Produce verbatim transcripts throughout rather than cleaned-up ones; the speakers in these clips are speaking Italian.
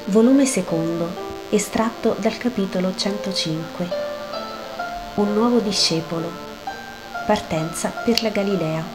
Volume secondo, estratto dal capitolo centocinque. Un nuovo discepolo. Partenza per la Galilea.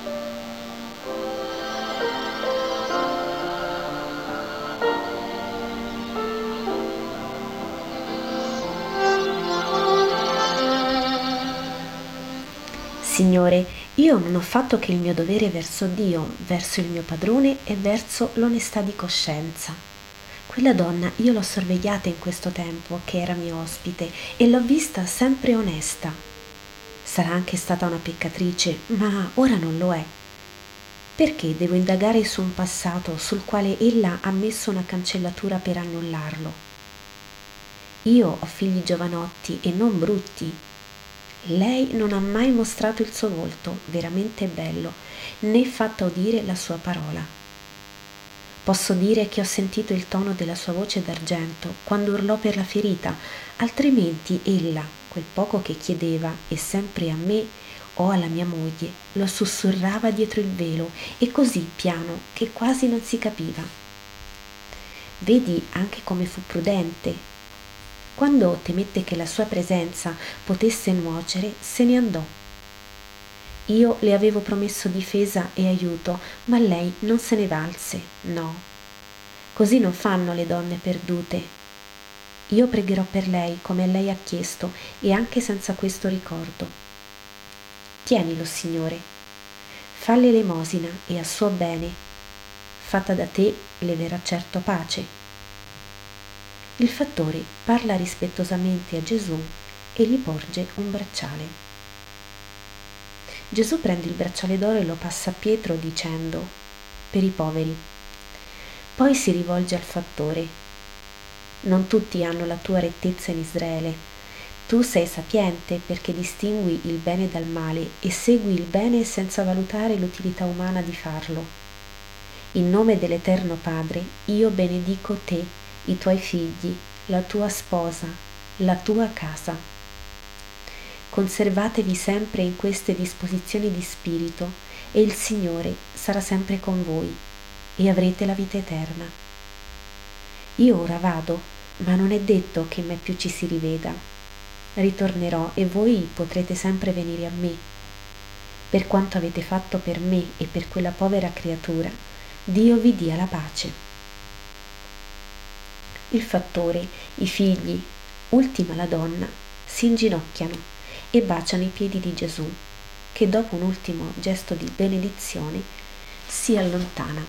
Signore, io non ho fatto che il mio dovere verso Dio, verso il mio padrone e verso l'onestà di coscienza. Quella donna io l'ho sorvegliata in questo tempo, che era mio ospite, e l'ho vista sempre onesta. Sarà anche stata una peccatrice, ma ora non lo è. Perché devo indagare su un passato sul quale ella ha messo una cancellatura per annullarlo? Io ho figli giovanotti e non brutti. Lei non ha mai mostrato il suo volto, veramente bello, né fatta udire la sua parola. Posso dire che ho sentito il tono della sua voce d'argento quando urlò per la ferita, altrimenti ella, quel poco che chiedeva, e sempre a me o alla mia moglie, lo sussurrava dietro il velo e così piano che quasi non si capiva. Vedi anche come fu prudente. Quando temette che la sua presenza potesse nuocere, se ne andò. Io le avevo promesso difesa e aiuto, ma lei non se ne valse, no. Così non fanno le donne perdute. Io pregherò per lei come lei ha chiesto e anche senza questo ricordo. Tienilo, Signore. Falle elemosina e a suo bene. Fatta da te le verrà certo pace. Il fattore parla rispettosamente a Gesù e gli porge un bracciale. Gesù prende il bracciale d'oro e lo passa a Pietro dicendo: per i poveri. Poi si rivolge al fattore: non tutti hanno la tua rettezza in Israele. Tu sei sapiente perché distingui il bene dal male e segui il bene senza valutare l'utilità umana di farlo. In nome dell'Eterno Padre, io benedico te, i tuoi figli, la tua sposa, la tua casa. Conservatevi sempre in queste disposizioni di spirito e il Signore sarà sempre con voi e avrete la vita eterna. Io ora vado, ma non è detto che mai più ci si riveda. Ritornerò e voi potrete sempre venire a me. Per quanto avete fatto per me e per quella povera creatura, Dio vi dia la pace. Il fattore, i figli, ultima la donna, si inginocchiano e baciano i piedi di Gesù, che dopo un ultimo gesto di benedizione si allontana.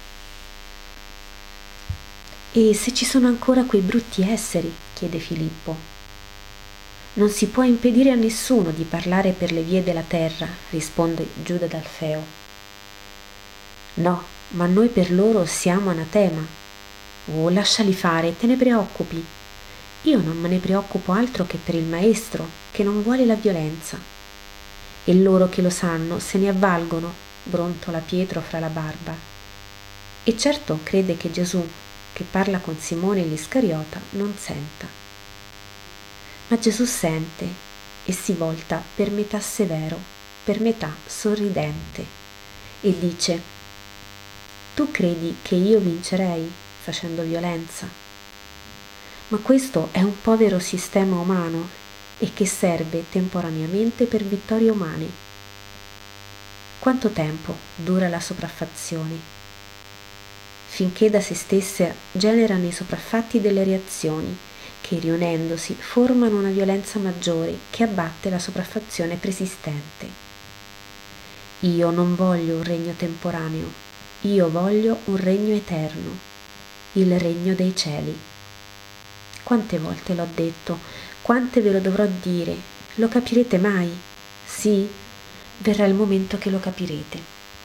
E se ci sono ancora quei brutti esseri? Chiede Filippo. Non si può impedire a nessuno di parlare per le vie della terra, risponde Giuda d'Alfeo. No, ma noi per loro siamo anatema. Oh, lasciali fare, te ne preoccupi. Io non me ne preoccupo altro che per il maestro, che non vuole la violenza. E loro che lo sanno se ne avvalgono, brontola Pietro fra la barba. E certo crede che Gesù, che parla con Simone l'Iscariota, non senta. Ma Gesù sente e si volta per metà severo, per metà sorridente, e dice: tu credi che io vincerei facendo violenza? Ma questo è un povero sistema umano e che serve temporaneamente per vittorie umane. Quanto tempo dura la sopraffazione? Finché da se stesse generano i sopraffatti delle reazioni che, riunendosi, formano una violenza maggiore che abbatte la sopraffazione preesistente. Io non voglio un regno temporaneo, io voglio un regno eterno, il regno dei cieli. Quante volte l'ho detto, quante ve lo dovrò dire, lo capirete mai? Sì, verrà il momento che lo capirete.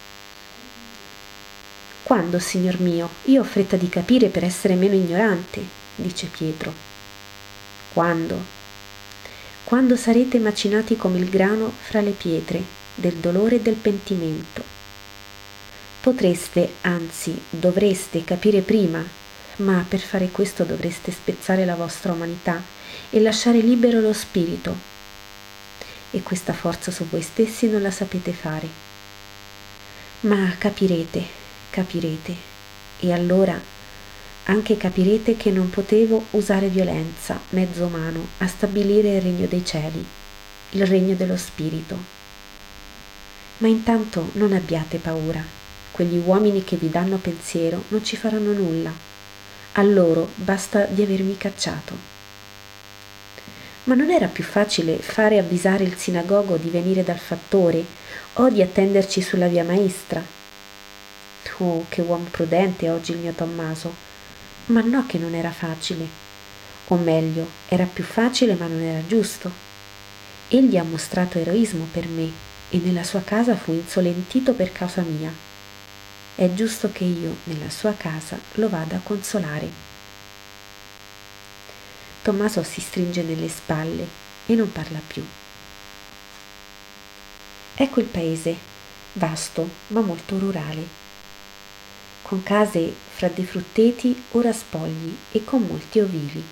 Quando, Signor mio? Io ho fretta di capire per essere meno ignorante, dice Pietro. Quando? Quando sarete macinati come il grano fra le pietre, del dolore e del pentimento. Potreste, anzi dovreste capire prima, ma per fare questo dovreste spezzare la vostra umanità e lasciare libero lo spirito. E questa forza su voi stessi non la sapete fare. Ma capirete, capirete, e allora Anche capirete che non potevo usare violenza, mezzo umano, a stabilire il regno dei cieli, il regno dello spirito. Ma intanto non abbiate paura. Quegli uomini che vi danno pensiero non ci faranno nulla. A loro basta di avermi cacciato. Ma non era più facile fare avvisare il sinagogo di venire dal fattore o di attenderci sulla via Maestra? Oh, che uomo prudente oggi il mio Tommaso! Ma no che non era facile. O meglio, era più facile ma non era giusto. Egli ha mostrato eroismo per me e nella sua casa fu insolentito per causa mia. È giusto che io, nella sua casa, lo vada a consolare. Tommaso si stringe nelle spalle e non parla più. Ecco il paese, vasto ma molto rurale, con case fra dei frutteti ora spogli e con molti ovivi.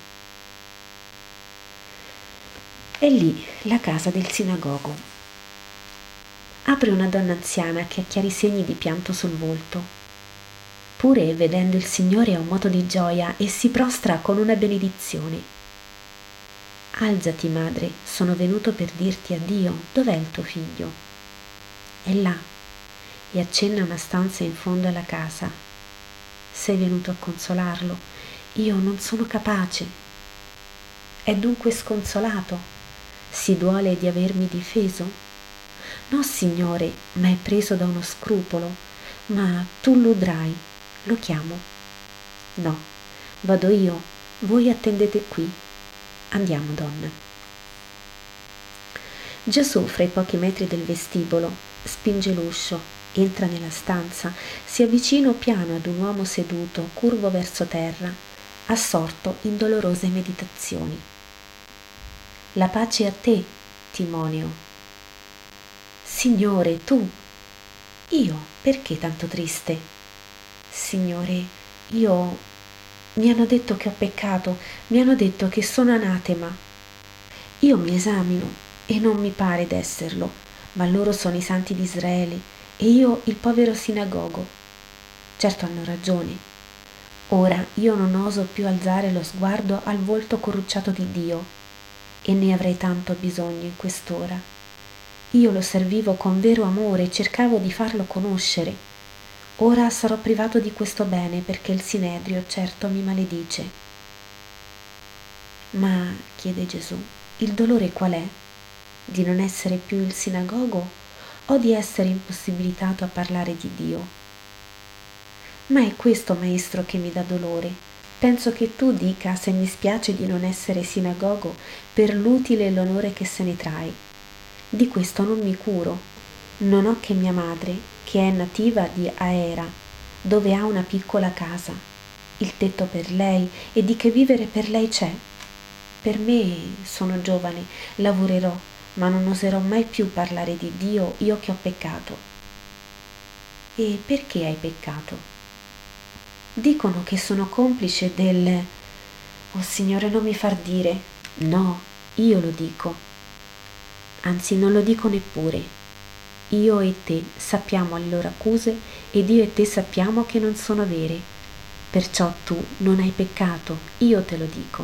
È lì la casa del sinagogo. Apre una donna anziana che ha chiari segni di pianto sul volto. Pure vedendo il Signore ha un moto di gioia e si prostra con una benedizione. Alzati, madre, sono venuto per dirti addio. Dov'è il tuo figlio? È là, e accenna una stanza in fondo alla casa. Sei venuto a consolarlo. Io non sono capace. È dunque sconsolato? Si duole di avermi difeso? No, Signore, ma è preso da uno scrupolo. Ma tu lo udrai. Lo chiamo. No, vado io. Voi attendete qui. Andiamo, donna. Gesù, fra i pochi metri del vestibolo, spinge l'uscio. Entra nella stanza, si avvicina piano ad un uomo seduto, curvo verso terra, assorto in dolorose meditazioni. La pace a te, Timoneo. Signore, tu. Io, perché tanto triste? Signore, io... Mi hanno detto che ho peccato, mi hanno detto che sono anatema. Io mi esamino e non mi pare d'esserlo, ma loro sono i santi di Israele e io il povero sinagogo. Certo hanno ragione. Ora io non oso più alzare lo sguardo al volto corrucciato di Dio, e ne avrei tanto bisogno in quest'ora. Io lo servivo con vero amore e cercavo di farlo conoscere. Ora sarò privato di questo bene perché il Sinedrio certo mi maledice. Ma, chiede Gesù, il dolore qual è? Di non essere più il sinagogo o di essere impossibilitato a parlare di Dio? Ma è questo, maestro, che mi dà dolore. Penso che tu dica se mi spiace di non essere sinagogo per l'utile e l'onore che se ne trae. Di questo non mi curo. Non ho che mia madre, che è nativa di Aera, dove ha una piccola casa, il tetto per lei e di che vivere per lei c'è. Per me sono giovane, lavorerò, ma non oserò mai più parlare di Dio, io che ho peccato. E perché hai peccato? Dicono che sono complice del... Oh Signore, non mi far dire. No, io lo dico. Anzi, non lo dico neppure. Io e te sappiamo le loro accuse ed io e te sappiamo che non sono vere. Perciò tu non hai peccato, io te lo dico.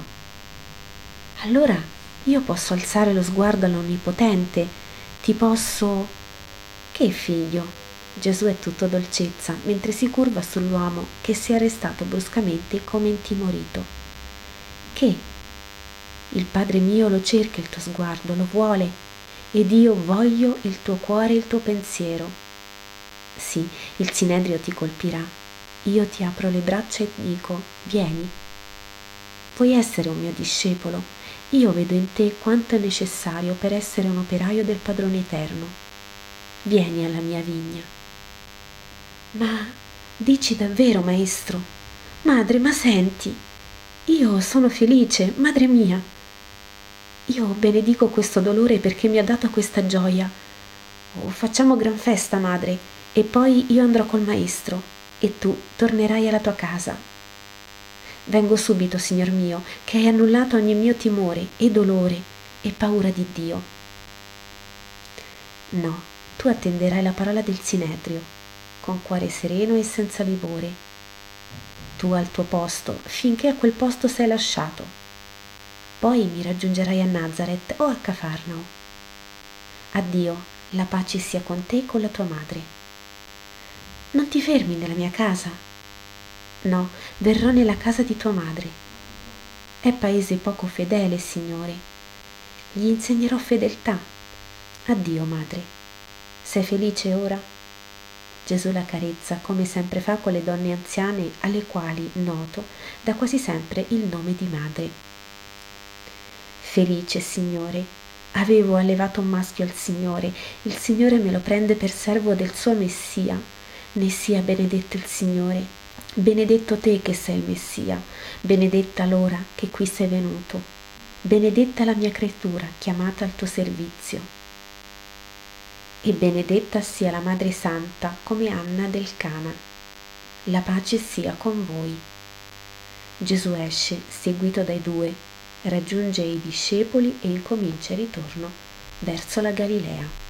Allora io posso alzare lo sguardo all'Onnipotente, ti posso... Che figlio? Gesù è tutto dolcezza, mentre si curva sull'uomo che si è arrestato bruscamente come intimorito. Che? Il Padre mio lo cerca il tuo sguardo, lo vuole, ed io voglio il tuo cuore e il tuo pensiero. Sì, il Sinedrio ti colpirà. Io ti apro le braccia e dico, vieni. Vuoi essere un mio discepolo? Io vedo in te quanto è necessario per essere un operaio del Padrone Eterno. Vieni alla mia vigna. Ma dici davvero, maestro? Madre, ma senti, io sono felice, madre mia. Io benedico questo dolore perché mi ha dato questa gioia. Oh, facciamo gran festa, madre, e poi io andrò col maestro e tu tornerai alla tua casa. Vengo subito, Signor mio, che hai annullato ogni mio timore e dolore e paura di Dio. No, tu attenderai la parola del Sinedrio, con cuore sereno e senza livore. Tu tu al tuo posto finché a quel posto sei lasciato. Poi mi raggiungerai a Nazareth o a Cafarnao. Addio, la pace sia con te e con la tua madre. Non ti fermi nella mia casa? No, verrò nella casa di tua madre. È paese poco fedele, Signore. Gli insegnerò fedeltà. Addio, madre. Sei felice ora? Gesù la carezza come sempre fa con le donne anziane alle quali, noto, dà quasi sempre il nome di madre. Felice, Signore. Avevo allevato un maschio al Signore, il Signore me lo prende per servo del suo Messia. Ne sia benedetto il Signore. Benedetto te che sei il Messia, benedetta l'ora che qui sei venuto, benedetta la mia creatura chiamata al tuo servizio. E benedetta sia la Madre Santa come Anna del Cana. La pace sia con voi. Gesù esce, seguito dai due, raggiunge i discepoli e incomincia il ritorno verso la Galilea.